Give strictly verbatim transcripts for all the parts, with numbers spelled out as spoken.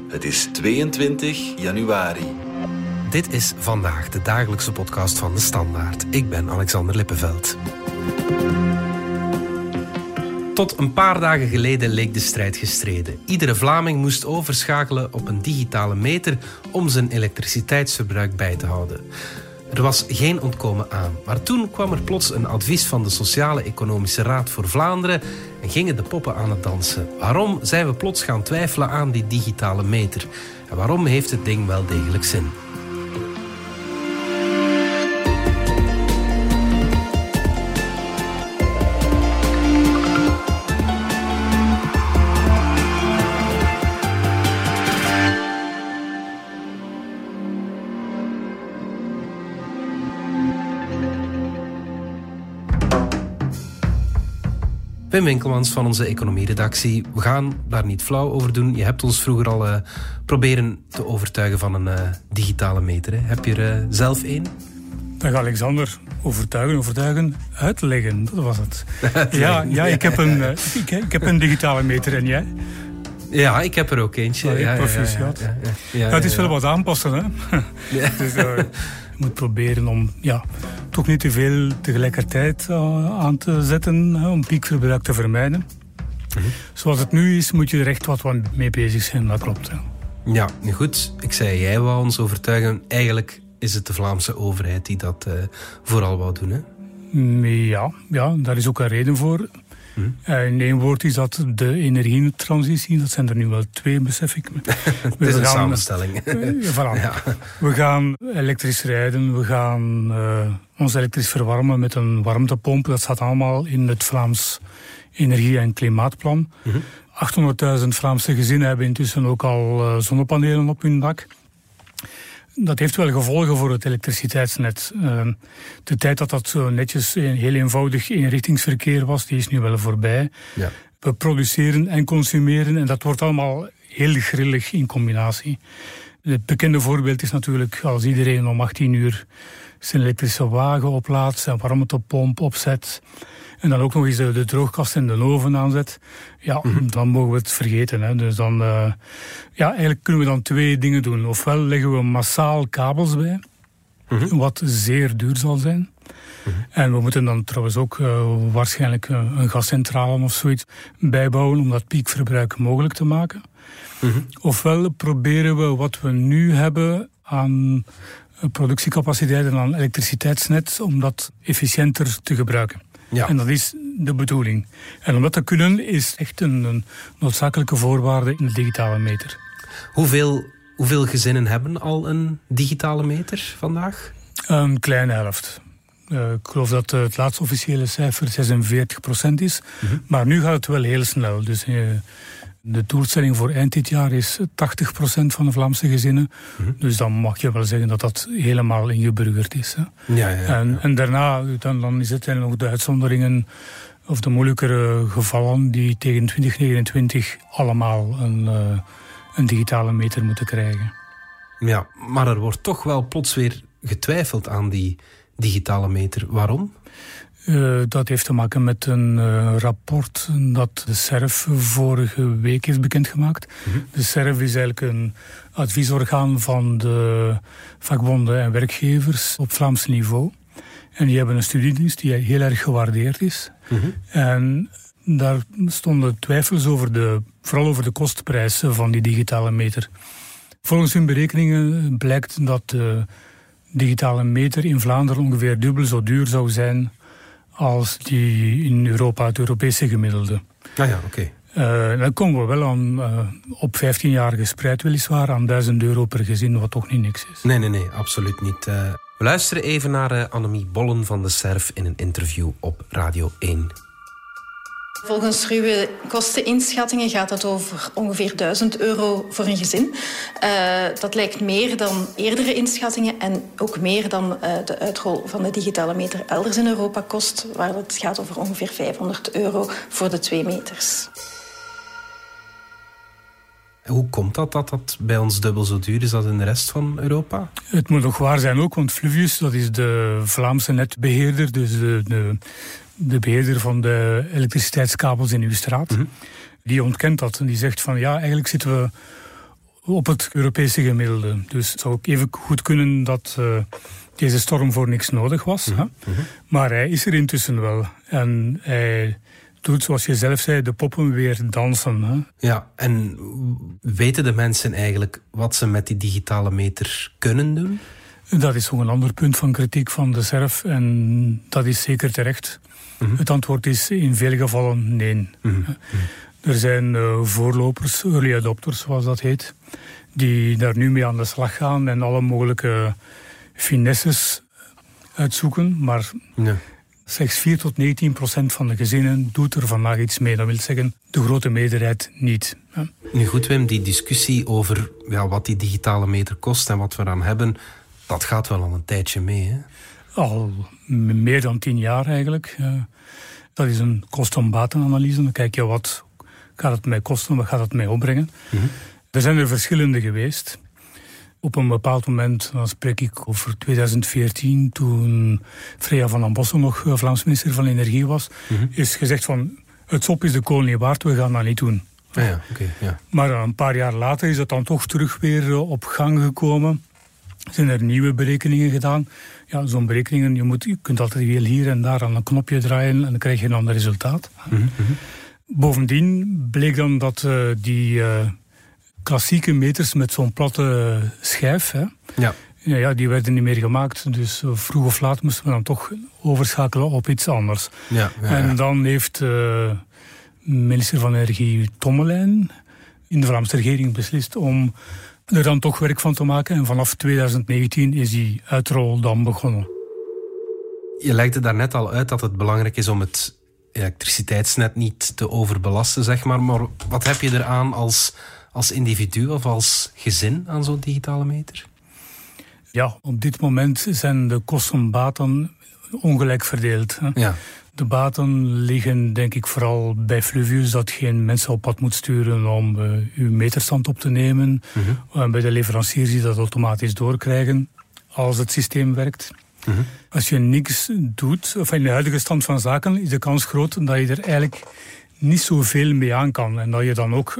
Het is tweeëntwintig januari. Dit is Vandaag, de dagelijkse podcast van De Standaard. Ik ben Alexander Lippenveld. Tot een paar dagen geleden leek de strijd gestreden. Iedere Vlaming moest overschakelen op een digitale meter om zijn elektriciteitsverbruik bij te houden. Er was geen ontkomen aan. Maar toen kwam er plots een advies van de Sociale Economische Raad voor Vlaanderen en gingen de poppen aan het dansen. Waarom zijn we plots gaan twijfelen aan die digitale meter? En waarom heeft het ding wel degelijk zin? Wim Winkelmans van onze economieredactie. We gaan daar niet flauw over doen. Je hebt ons vroeger al uh, proberen te overtuigen van een uh, digitale meter. Hè. Heb je er uh, zelf één? Dag Alexander. Overtuigen, overtuigen, uitleggen. Dat was het. ja, ja, ik heb, een, uh, ik, ik heb een digitale meter en jij? Ja, ik heb er ook eentje. Oh, ja, proficiat. Ja, ja, ja, ja, ja, ja, het is ja, wel ja. wat aanpassen, hè? Ja. Dus, uh, je moet proberen om ja, toch niet te veel tegelijkertijd uh, aan te zetten, hè, om piekverbruik te vermijden. Mm-hmm. Zoals het nu is, moet je er echt wat mee bezig zijn, dat klopt. Hè. Ja, goed. Ik zei, jij wou ons overtuigen. Eigenlijk is het de Vlaamse overheid die dat uh, vooral wou doen, hè? Ja, ja, daar is ook een reden voor. Hmm. In één woord is dat de energietransitie. Dat zijn er nu wel twee, besef ik. Het is een gaan, samenstelling. Uh, voilà. Ja. We gaan elektrisch rijden, we gaan uh, ons elektrisch verwarmen met een warmtepomp. Dat staat allemaal in het Vlaams Energie- en Klimaatplan. Hmm. achthonderdduizend Vlaamse gezinnen hebben intussen ook al uh, zonnepanelen op hun dak. Dat heeft wel gevolgen voor het elektriciteitsnet. Uh, de tijd dat dat zo netjes heel eenvoudig eenrichtingsverkeer was, die is nu wel voorbij. Ja. We produceren en consumeren en dat wordt allemaal heel grillig in combinatie. Het bekende voorbeeld is natuurlijk als iedereen om achttien uur zijn elektrische wagen oplaadt, zijn warmtepomp opzet en dan ook nog eens de, de droogkast en de oven aanzet. Ja, mm-hmm. dan mogen we het vergeten. Hè. Dus dan, uh, ja, eigenlijk kunnen we dan twee dingen doen. Ofwel leggen we massaal kabels bij, mm-hmm. wat zeer duur zal zijn. Mm-hmm. En we moeten dan trouwens ook uh, waarschijnlijk uh, een gascentrale of zoiets bijbouwen om dat piekverbruik mogelijk te maken. Mm-hmm. Ofwel proberen we wat we nu hebben aan productiecapaciteit en aan elektriciteitsnet om dat efficiënter te gebruiken. Ja. En dat is de bedoeling. En om dat te kunnen is echt een, een noodzakelijke voorwaarde in de digitale meter. Hoeveel, hoeveel gezinnen hebben al een digitale meter vandaag? Een kleine helft. Uh, ik geloof dat uh, het laatste officiële cijfer zesenveertig procent is. Mm-hmm. Maar nu gaat het wel heel snel. Dus uh, de doelstelling voor eind dit jaar is tachtig procent van de Vlaamse gezinnen. Mm-hmm. Dus dan mag je wel zeggen dat dat helemaal ingeburgerd is. Hè. Ja, ja, ja. En, en daarna dan, dan is het nog de uitzonderingen of de moeilijkere gevallen die tegen twintig negenentwintig allemaal een, uh, een digitale meter moeten krijgen. Ja, maar er wordt toch wel plots weer getwijfeld aan die digitale meter. Waarom? Uh, dat heeft te maken met een uh, rapport dat de S E R F vorige week heeft bekendgemaakt. Mm-hmm. De S E R F is eigenlijk een adviesorgaan van de vakbonden en werkgevers op Vlaams niveau. En die hebben een studiedienst die heel erg gewaardeerd is. Mm-hmm. En daar stonden twijfels over de, vooral over de kostprijs van die digitale meter. Volgens hun berekeningen blijkt dat de digitale meter in Vlaanderen ongeveer dubbel zo duur zou zijn als die in Europa, het Europese gemiddelde. Ah ja, oké. Okay. Uh, dan komen we wel aan, uh, op vijftien jaar gespreid weliswaar, aan duizend euro per gezin, wat toch niet niks is. Nee, nee, nee, absoluut niet. Uh, we luisteren even naar uh, Annemie Bollen van de S E R F in een interview op Radio één. Volgens ruwe kosteninschattingen gaat het over ongeveer duizend euro voor een gezin. Uh, dat lijkt meer dan eerdere inschattingen en ook meer dan uh, de uitrol van de digitale meter elders in Europa kost, waar het gaat over ongeveer vijfhonderd euro voor de twee meters. Hoe komt dat, dat dat bij ons dubbel zo duur is als in de rest van Europa? Het moet nog waar zijn ook, want Fluvius, dat is de Vlaamse netbeheerder, dus de, de, de beheerder van de elektriciteitskabels in uw straat. Mm-hmm. Die ontkent dat en die zegt van ja, eigenlijk zitten we op het Europese gemiddelde. Dus het zou ook even goed kunnen dat uh, deze storm voor niks nodig was. Mm-hmm. Hè? Maar hij is er intussen wel. En hij doet, zoals je zelf zei, de poppen weer dansen. Hè? Ja, en weten de mensen eigenlijk wat ze met die digitale meter kunnen doen? Dat is ook een ander punt van kritiek van de S E R F. En dat is zeker terecht. Mm-hmm. Het antwoord is in veel gevallen nee. Mm-hmm. Er zijn uh, voorlopers, early adopters zoals dat heet, die daar nu mee aan de slag gaan en alle mogelijke finesses uitzoeken. Maar ja. slechts vier tot negentien procent van de gezinnen doet er vandaag iets mee. Dat wil zeggen, de grote meerderheid niet. Ja. Nu goed, Wim, die discussie over ja, wat die digitale meter kost en wat we eraan hebben, dat gaat wel al een tijdje mee, hè? Al meer dan tien jaar eigenlijk. Ja. Dat is een kosten-batenanalyse. Dan kijk je wat gaat het mij kosten, wat gaat het mij opbrengen. Mm-hmm. Er zijn er verschillende geweest. Op een bepaald moment, dan spreek ik over tweeduizend veertien, toen Freya van den Bossen nog Vlaams minister van Energie was, mm-hmm. is gezegd van, het sop is de kool niet waard, we gaan dat niet doen. Ah ja, okay, ja. Maar een paar jaar later is het dan toch terug weer op gang gekomen. Zijn er nieuwe berekeningen gedaan. Ja, zo'n berekeningen, je, moet, je kunt altijd weer hier en daar aan een knopje draaien en dan krijg je een ander resultaat. Mm-hmm. Bovendien bleek dan dat uh, die uh, klassieke meters met zo'n platte schijf, hè, ja. Ja, ja, die werden niet meer gemaakt. Dus uh, vroeg of laat moesten we dan toch overschakelen op iets anders. Ja, ja, ja. En dan heeft uh, minister van Energie Tommelijn in de Vlaamse regering beslist om er dan toch werk van te maken. En vanaf tweeduizend negentien is die uitrol dan begonnen. Je legde daarnet al uit dat het belangrijk is om het elektriciteitsnet niet te overbelasten, zeg maar. Maar wat heb je eraan als, als individu of als gezin aan zo'n digitale meter? Ja, op dit moment zijn de kosten-baten ongelijk verdeeld. Hè. Ja. De baten liggen denk ik vooral bij Fluvius, dat geen mensen op pad moet sturen om uh, uw meterstand op te nemen. Mm-hmm. Uh, bij de leveranciers die dat automatisch doorkrijgen als het systeem werkt. Mm-hmm. Als je niks doet, of in de huidige stand van zaken, is de kans groot dat je er eigenlijk niet zoveel mee aan kan. En dat je dan ook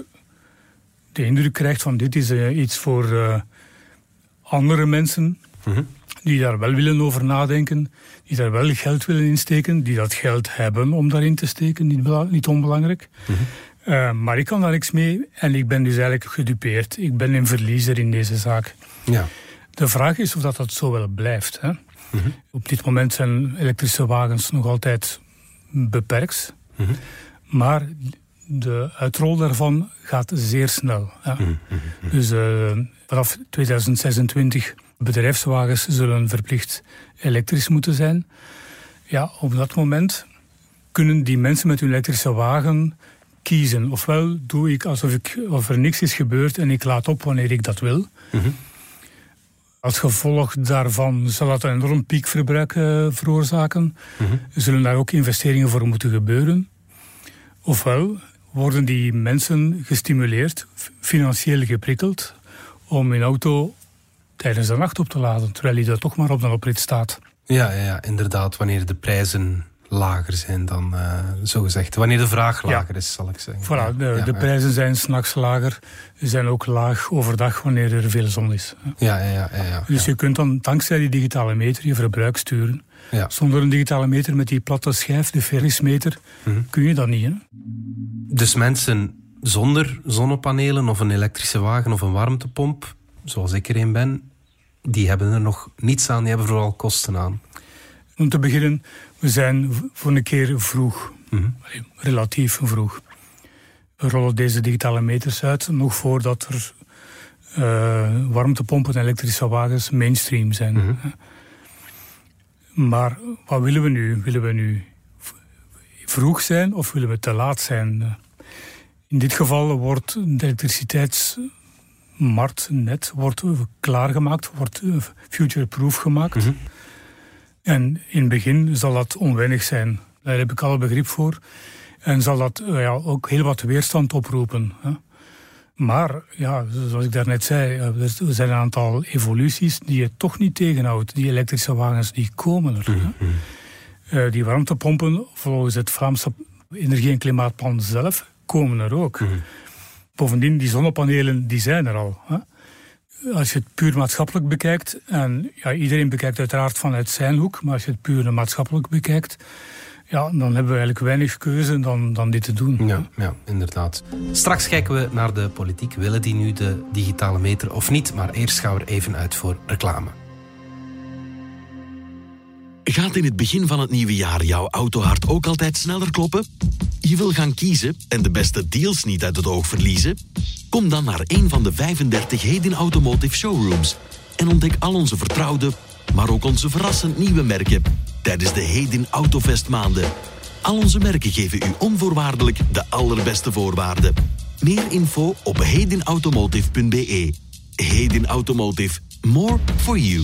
de indruk krijgt van dit is uh, iets voor uh, andere mensen, mm-hmm. die daar wel willen over nadenken, die daar wel geld willen insteken, die dat geld hebben om daarin te steken, niet, bela- niet onbelangrijk. Mm-hmm. Uh, maar ik kan daar niks mee en ik ben dus eigenlijk gedupeerd. Ik ben een verliezer in deze zaak. Ja. De vraag is of dat, dat zo wel blijft. Hè? Mm-hmm. Op dit moment zijn elektrische wagens nog altijd beperkt. Mm-hmm. Maar de uitrol daarvan gaat zeer snel. Ja. Mm-hmm. Dus uh, vanaf tweeduizend zesentwintig bedrijfswagens zullen verplicht elektrisch moeten zijn. Ja, op dat moment kunnen die mensen met hun elektrische wagen kiezen. Ofwel doe ik alsof ik, of er niks is gebeurd en ik laad op wanneer ik dat wil. Mm-hmm. Als gevolg daarvan zal dat een enorm piekverbruik uh, veroorzaken. Mm-hmm. Zullen daar ook investeringen voor moeten gebeuren. Ofwel worden die mensen gestimuleerd, financieel geprikkeld, om hun auto tijdens de nacht op te laden, terwijl die er toch maar op de oprit staat. Ja, ja, ja, inderdaad, wanneer de prijzen lager zijn dan, uh, zogezegd. Wanneer de vraag lager ja. is, zal ik zeggen. Voilà, de, ja, de prijzen ja. zijn 's nachts lager, zijn ook laag overdag wanneer er veel zon is. Ja, ja, ja, ja, ja. Dus je kunt dan dankzij die digitale meter je verbruik sturen. Ja. Zonder een digitale meter met die platte schijf, de Ferris-meter, mm-hmm. kun je dat niet. Hè? Dus mensen zonder zonnepanelen of een elektrische wagen of een warmtepomp, zoals ik er een ben, die hebben er nog niets aan, die hebben vooral kosten aan. Om te beginnen, we zijn voor een keer vroeg. Mm-hmm. Relatief vroeg. We rollen deze digitale meters uit nog voordat er uh, warmtepompen en elektrische wagens mainstream zijn. Mm-hmm. Maar wat willen we nu? Willen we nu vroeg zijn of willen we te laat zijn? In dit geval wordt de elektriciteitsmarktnet wordt klaargemaakt, wordt future-proof gemaakt. Mm-hmm. En in het begin zal dat onwennig zijn. Daar heb ik alle begrip voor. En zal dat uh, ja, ook heel wat weerstand oproepen. Hè. Maar, ja, zoals ik daarnet zei, er zijn een aantal evoluties die je toch niet tegenhoudt. Die elektrische wagens, die komen er. Mm-hmm. Uh, die warmtepompen, volgens het Vlaamse Energie- en Klimaatplan zelf, komen er ook. Mm-hmm. Bovendien, die zonnepanelen die zijn er al. Hè. Als je het puur maatschappelijk bekijkt, en ja, iedereen bekijkt uiteraard vanuit zijn hoek, maar als je het puur maatschappelijk bekijkt, ja, dan hebben we eigenlijk weinig keuze dan, dan dit te doen. Ja, ja, inderdaad. Straks kijken we naar de politiek. Willen die nu de digitale meter of niet? Maar eerst gaan we er even uit voor reclame. Gaat in het begin van het nieuwe jaar jouw autohart ook altijd sneller kloppen? Je wil gaan kiezen en de beste deals niet uit het oog verliezen? Kom dan naar een van de vijfendertig Hedin Automotive showrooms en ontdek al onze vertrouwde, maar ook onze verrassend nieuwe merken tijdens de Hedin Autofest maanden. Al onze merken geven u onvoorwaardelijk de allerbeste voorwaarden. Meer info op hedin automotive punt b e. Hedin Automotive. More for you.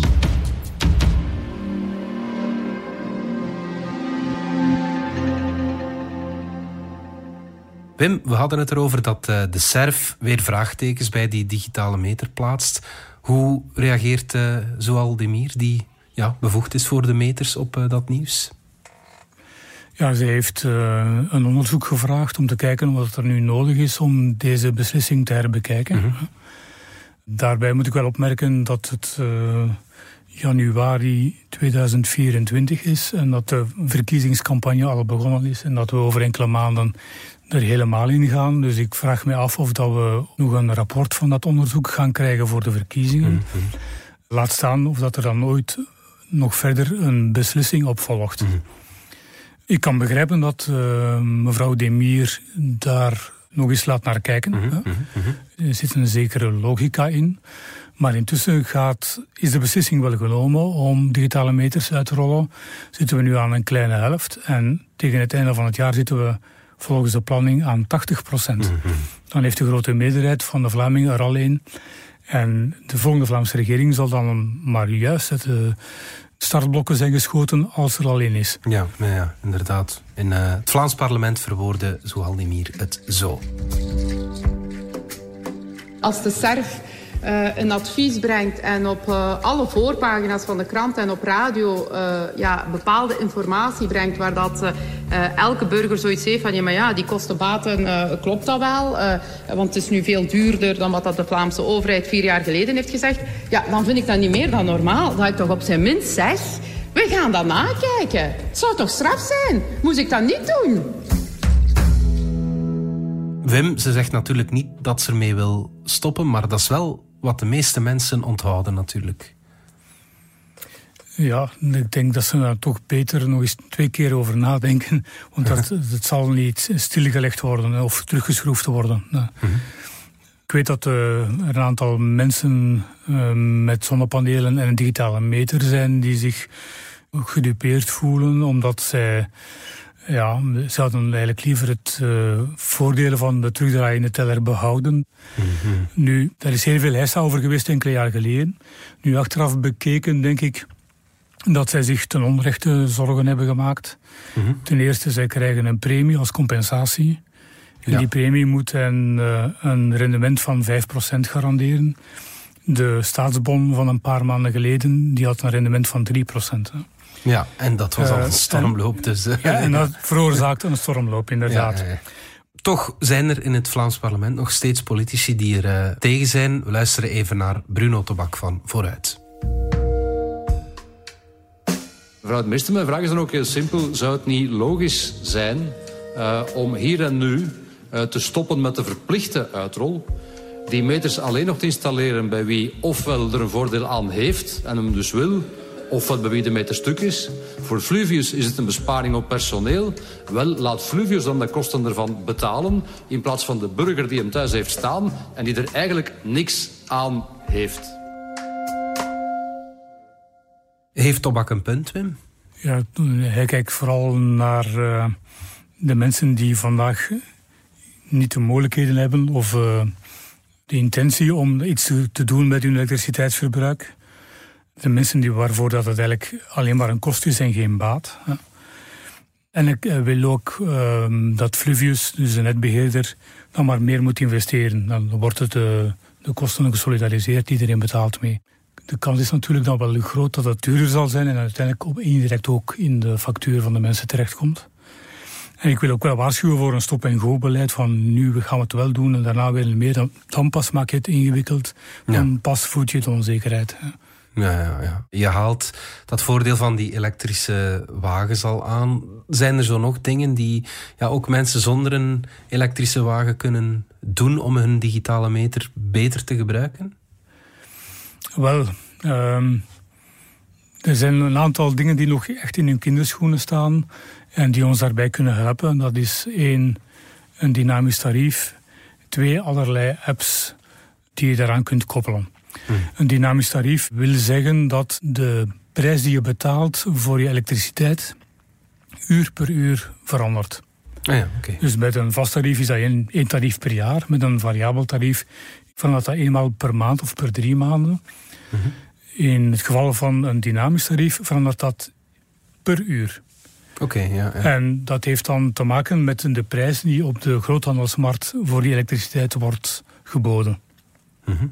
Wim, we hadden het erover dat uh, de S E R V weer vraagtekens bij die digitale meter plaatst. Hoe reageert uh, Zoal Demir, die ja, bevoegd is voor de meters, op uh, dat nieuws? Ja, ze heeft uh, een onderzoek gevraagd om te kijken wat er nu nodig is om deze beslissing te herbekijken. Mm-hmm. Daarbij moet ik wel opmerken dat het uh, januari tweeduizend vierentwintig is en dat de verkiezingscampagne al begonnen is en dat we over enkele maanden er helemaal in gaan. Dus ik vraag me af of dat we nog een rapport van dat onderzoek gaan krijgen voor de verkiezingen. Mm-hmm. Laat staan of dat er dan ooit nog verder een beslissing op volgt. Mm-hmm. Ik kan begrijpen dat uh, mevrouw Demir daar nog eens laat naar kijken. Mm-hmm. Mm-hmm. Er zit een zekere logica in. Maar intussen gaat, is de beslissing wel genomen om digitale meters uit te rollen. Zitten we nu aan een kleine helft. En tegen het einde van het jaar zitten we volgens de planning aan tachtig procent. Mm-hmm. Dan heeft de grote meerderheid van de Vlamingen er al een. En de volgende Vlaamse regering zal dan maar juist het uh, startblokken zijn geschoten als er al één is. Ja, ja, inderdaad. In uh, het Vlaams parlement verwoordde Zoal Demir het zo. Als de S E R V uh, een advies brengt en op uh, alle voorpagina's van de krant en op radio uh, ja, bepaalde informatie brengt waar dat uh, uh, elke burger zoiets heeft van ja, maar ja, die kostenbaten, uh, klopt dat wel? Uh, want het is nu veel duurder dan wat dat de Vlaamse overheid vier jaar geleden heeft gezegd. Ja, dan vind ik dat niet meer dan normaal. Dat ik toch op zijn minst zeg, we gaan dat nakijken. Het zou toch straf zijn? Moest ik dat niet doen? Wim, ze zegt natuurlijk niet dat ze ermee wil stoppen, maar dat is wel wat de meeste mensen onthouden natuurlijk. Ja, ik denk dat ze daar toch beter nog eens twee keer over nadenken. Want dat, dat zal niet stilgelegd worden of teruggeschroefd worden. Nee. Mm-hmm. Ik weet dat uh, er een aantal mensen uh, met zonnepanelen en een digitale meter zijn die zich gedupeerd voelen omdat zij... Ja, ze hadden eigenlijk liever het uh, voordelen van de terugdraaiende teller behouden. Mm-hmm. Nu, daar is heel veel heisa over geweest enkele jaar geleden. Nu, achteraf bekeken, denk ik dat zij zich ten onrechte zorgen hebben gemaakt. Mm-hmm. Ten eerste, zij krijgen een premie als compensatie. En ja. Die premie moet hen uh, een rendement van vijf procent garanderen. De staatsbon van een paar maanden geleden, die had een rendement van drie procent. Hè. Ja, en dat was al een stormloop. Uh, dus, uh, ja, en dat veroorzaakte een stormloop, inderdaad. Ja, ja, ja. Toch zijn er in het Vlaams parlement nog steeds politici die er uh, tegen zijn. We luisteren even naar Bruno Tobak van Vooruit. Mevrouw de minister, mijn vraag is dan ook heel simpel. Zou het niet logisch zijn uh, om hier en nu uh, te stoppen met de verplichte uitrol? Die meters alleen nog te installeren bij wie ofwel er een voordeel aan heeft en hem dus wil, ofwel bij wie de meter stuk is. Voor Fluvius is het een besparing op personeel. Wel, laat Fluvius dan de kosten ervan betalen, in plaats van de burger die hem thuis heeft staan en die er eigenlijk niks aan heeft. Heeft Tobak een punt, Wim? Ja, hij kijkt vooral naar uh, de mensen die vandaag niet de mogelijkheden hebben of uh, de intentie om iets te, te doen met hun elektriciteitsverbruik. De mensen die waarvoor dat het eigenlijk alleen maar een kost is en geen baat. Ja. En ik uh, wil ook uh, dat Fluvius, dus de netbeheerder, dan maar meer moet investeren. Dan wordt het uh, de kosten gesolidariseerd, iedereen betaalt mee. De kans is natuurlijk dan wel groot dat het duurder zal zijn en uiteindelijk op indirect ook in de factuur van de mensen terechtkomt. En ik wil ook wel waarschuwen voor een stop-en-go-beleid van nu gaan we het wel doen en daarna willen meer. Dan, dan pas maak je het ingewikkeld, dan ja. pas voed je de onzekerheid. Hè. Ja, ja, ja. Je haalt dat voordeel van die elektrische wagens al aan. Zijn er zo nog dingen die ja, ook mensen zonder een elektrische wagen kunnen doen om hun digitale meter beter te gebruiken? Wel, um, er zijn een aantal dingen die nog echt in hun kinderschoenen staan en die ons daarbij kunnen helpen. Dat is één, een dynamisch tarief. Twee, allerlei apps die je daaraan kunt koppelen. Hmm. Een dynamisch tarief wil zeggen dat de prijs die je betaalt voor je elektriciteit uur per uur verandert. Ah ja, okay. Dus met een vast tarief is dat één, één tarief per jaar. Met een variabel tarief verandert dat eenmaal per maand of per drie maanden. Mm-hmm. In het geval van een dynamisch tarief verandert dat per uur. Oké, okay, ja, ja. En dat heeft dan te maken met de prijs die op de groothandelsmarkt voor die elektriciteit wordt geboden. Mm-hmm.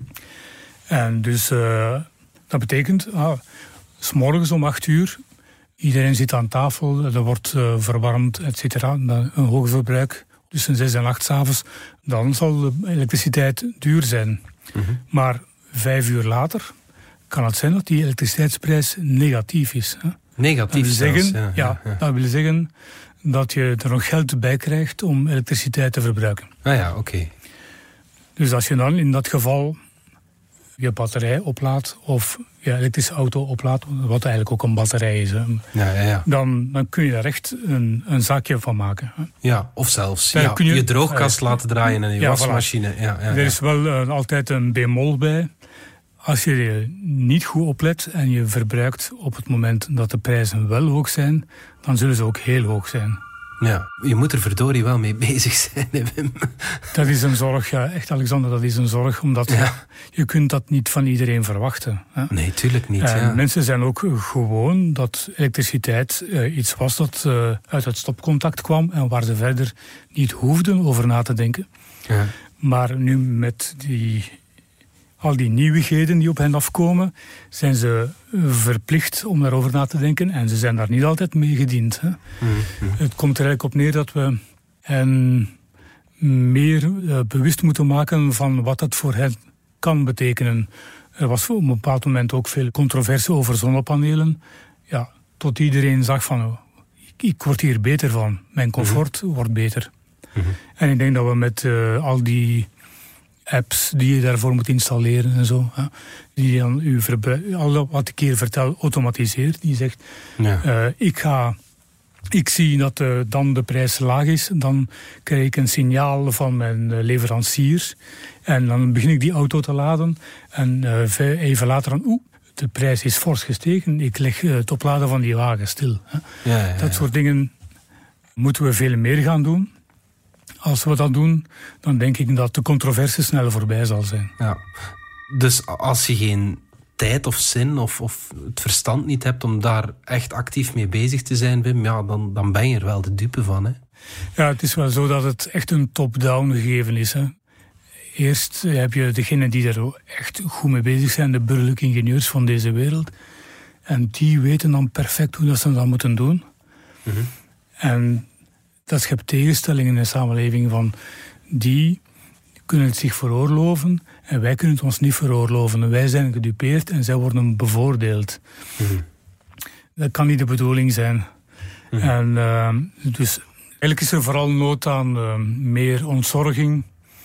En dus uh, dat betekent, ah, 's morgens om acht uur, iedereen zit aan tafel, er wordt uh, verwarmd, et cetera. Een hoog verbruik tussen zes en acht 's avonds, dan zal de elektriciteit duur zijn. Mm-hmm. Maar vijf uur later kan het zijn dat die elektriciteitsprijs negatief is. Hè? Negatief dat zelfs, zeggen, ja, ja, ja. Dat wil zeggen dat je er nog geld bij krijgt om elektriciteit te verbruiken. Ah ja, oké. Okay. Dus als je dan in dat geval je batterij oplaadt of je elektrische auto oplaadt, wat eigenlijk ook een batterij is, hè, ja, ja, ja. Dan, dan kun je daar echt een, een zaakje van maken. Hè. Ja, of zelfs ja, kun je, je droogkast uh, laten draaien en je ja, wasmachine. Voilà. Ja, ja, er is ja. wel uh, altijd een bemol bij. Als je je niet goed oplet en je verbruikt op het moment dat de prijzen wel hoog zijn, dan zullen ze ook heel hoog zijn. Ja, je moet er verdorie wel mee bezig zijn, hè, Wim. Dat is een zorg, ja. Echt, Alexander, dat is een zorg. Omdat ja. Ja, je kunt dat niet van iedereen verwachten. Hè. Nee, tuurlijk niet. En ja. mensen zijn ook gewoon dat elektriciteit uh, iets was dat uh, uit het stopcontact kwam en waar ze verder niet hoefden over na te denken. Ja. Maar nu met die... al die nieuwigheden die op hen afkomen, zijn ze verplicht om daarover na te denken. En ze zijn daar niet altijd mee gediend. Hè. Mm-hmm. Het komt er eigenlijk op neer dat we hen meer uh, bewust moeten maken van wat het voor hen kan betekenen. Er was op een bepaald moment ook veel controverse over zonnepanelen. Ja, tot iedereen zag van, oh, ik, ik word hier beter van. Mijn comfort mm-hmm. wordt beter. Mm-hmm. En ik denk dat we met uh, al die apps die je daarvoor moet installeren en zo. Hè, die dan uw verbruik, al wat ik hier vertel, automatiseert. Die zegt, ja. uh, ik ga... Ik zie dat uh, dan de prijs laag is. Dan krijg ik een signaal van mijn uh, leverancier. En dan begin ik die auto te laden. En uh, even later dan... Oeh, de prijs is fors gestegen. Ik leg uh, het opladen van die wagen stil. Hè. Ja, ja, ja. Dat soort dingen moeten we veel meer gaan doen. Als we dat doen, dan denk ik dat de controverse snel voorbij zal zijn. Ja. Dus als je geen tijd of zin of, of het verstand niet hebt om daar echt actief mee bezig te zijn, Wim, ja, dan, dan ben je er wel de dupe van. Hè? Ja, het is wel zo dat het echt een top-down gegeven is. Hè. Eerst heb je degenen die er echt goed mee bezig zijn, de burgerlijke ingenieurs van deze wereld. En die weten dan perfect hoe dat ze dat moeten doen. Mm-hmm. En dat schept tegenstellingen in de samenleving van die kunnen het zich veroorloven en wij kunnen het ons niet veroorloven. Wij zijn gedupeerd en zij worden bevoordeeld. Mm-hmm. Dat kan niet de bedoeling zijn. Mm-hmm. En uh, dus eigenlijk is er vooral nood aan uh, meer ontzorging,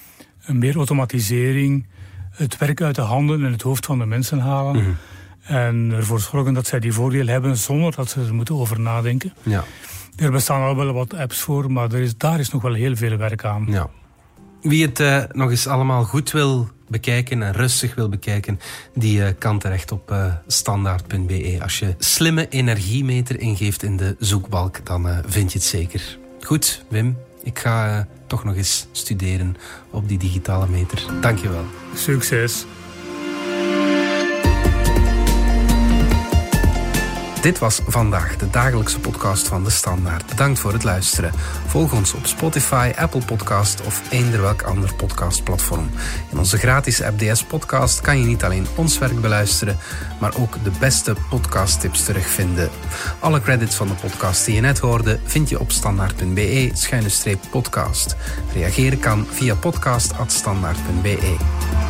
meer automatisering, het werk uit de handen en het hoofd van de mensen halen. Mm-hmm. En ervoor zorgen dat zij die voordeel hebben zonder dat ze er moeten over nadenken. Ja. Er bestaan al wel wat apps voor, maar er is, daar is nog wel heel veel werk aan. Ja. Wie het uh, nog eens allemaal goed wil bekijken en rustig wil bekijken, die uh, kan terecht op uh, standaard punt b e. Als je slimme energiemeter ingeeft in de zoekbalk, dan uh, vind je het zeker. Goed, Wim, ik ga uh, toch nog eens studeren op die digitale meter. Dank je wel. Succes. Dit was Vandaag, de dagelijkse podcast van De Standaard. Bedankt voor het luisteren. Volg ons op Spotify, Apple Podcast of eender welk ander podcastplatform. In onze gratis app D S Podcast kan je niet alleen ons werk beluisteren, maar ook de beste podcasttips terugvinden. Alle credits van de podcast die je net hoorde vind je op standaard.be schuine streep podcast. Reageren kan via podcast apenstaartje standaard punt be.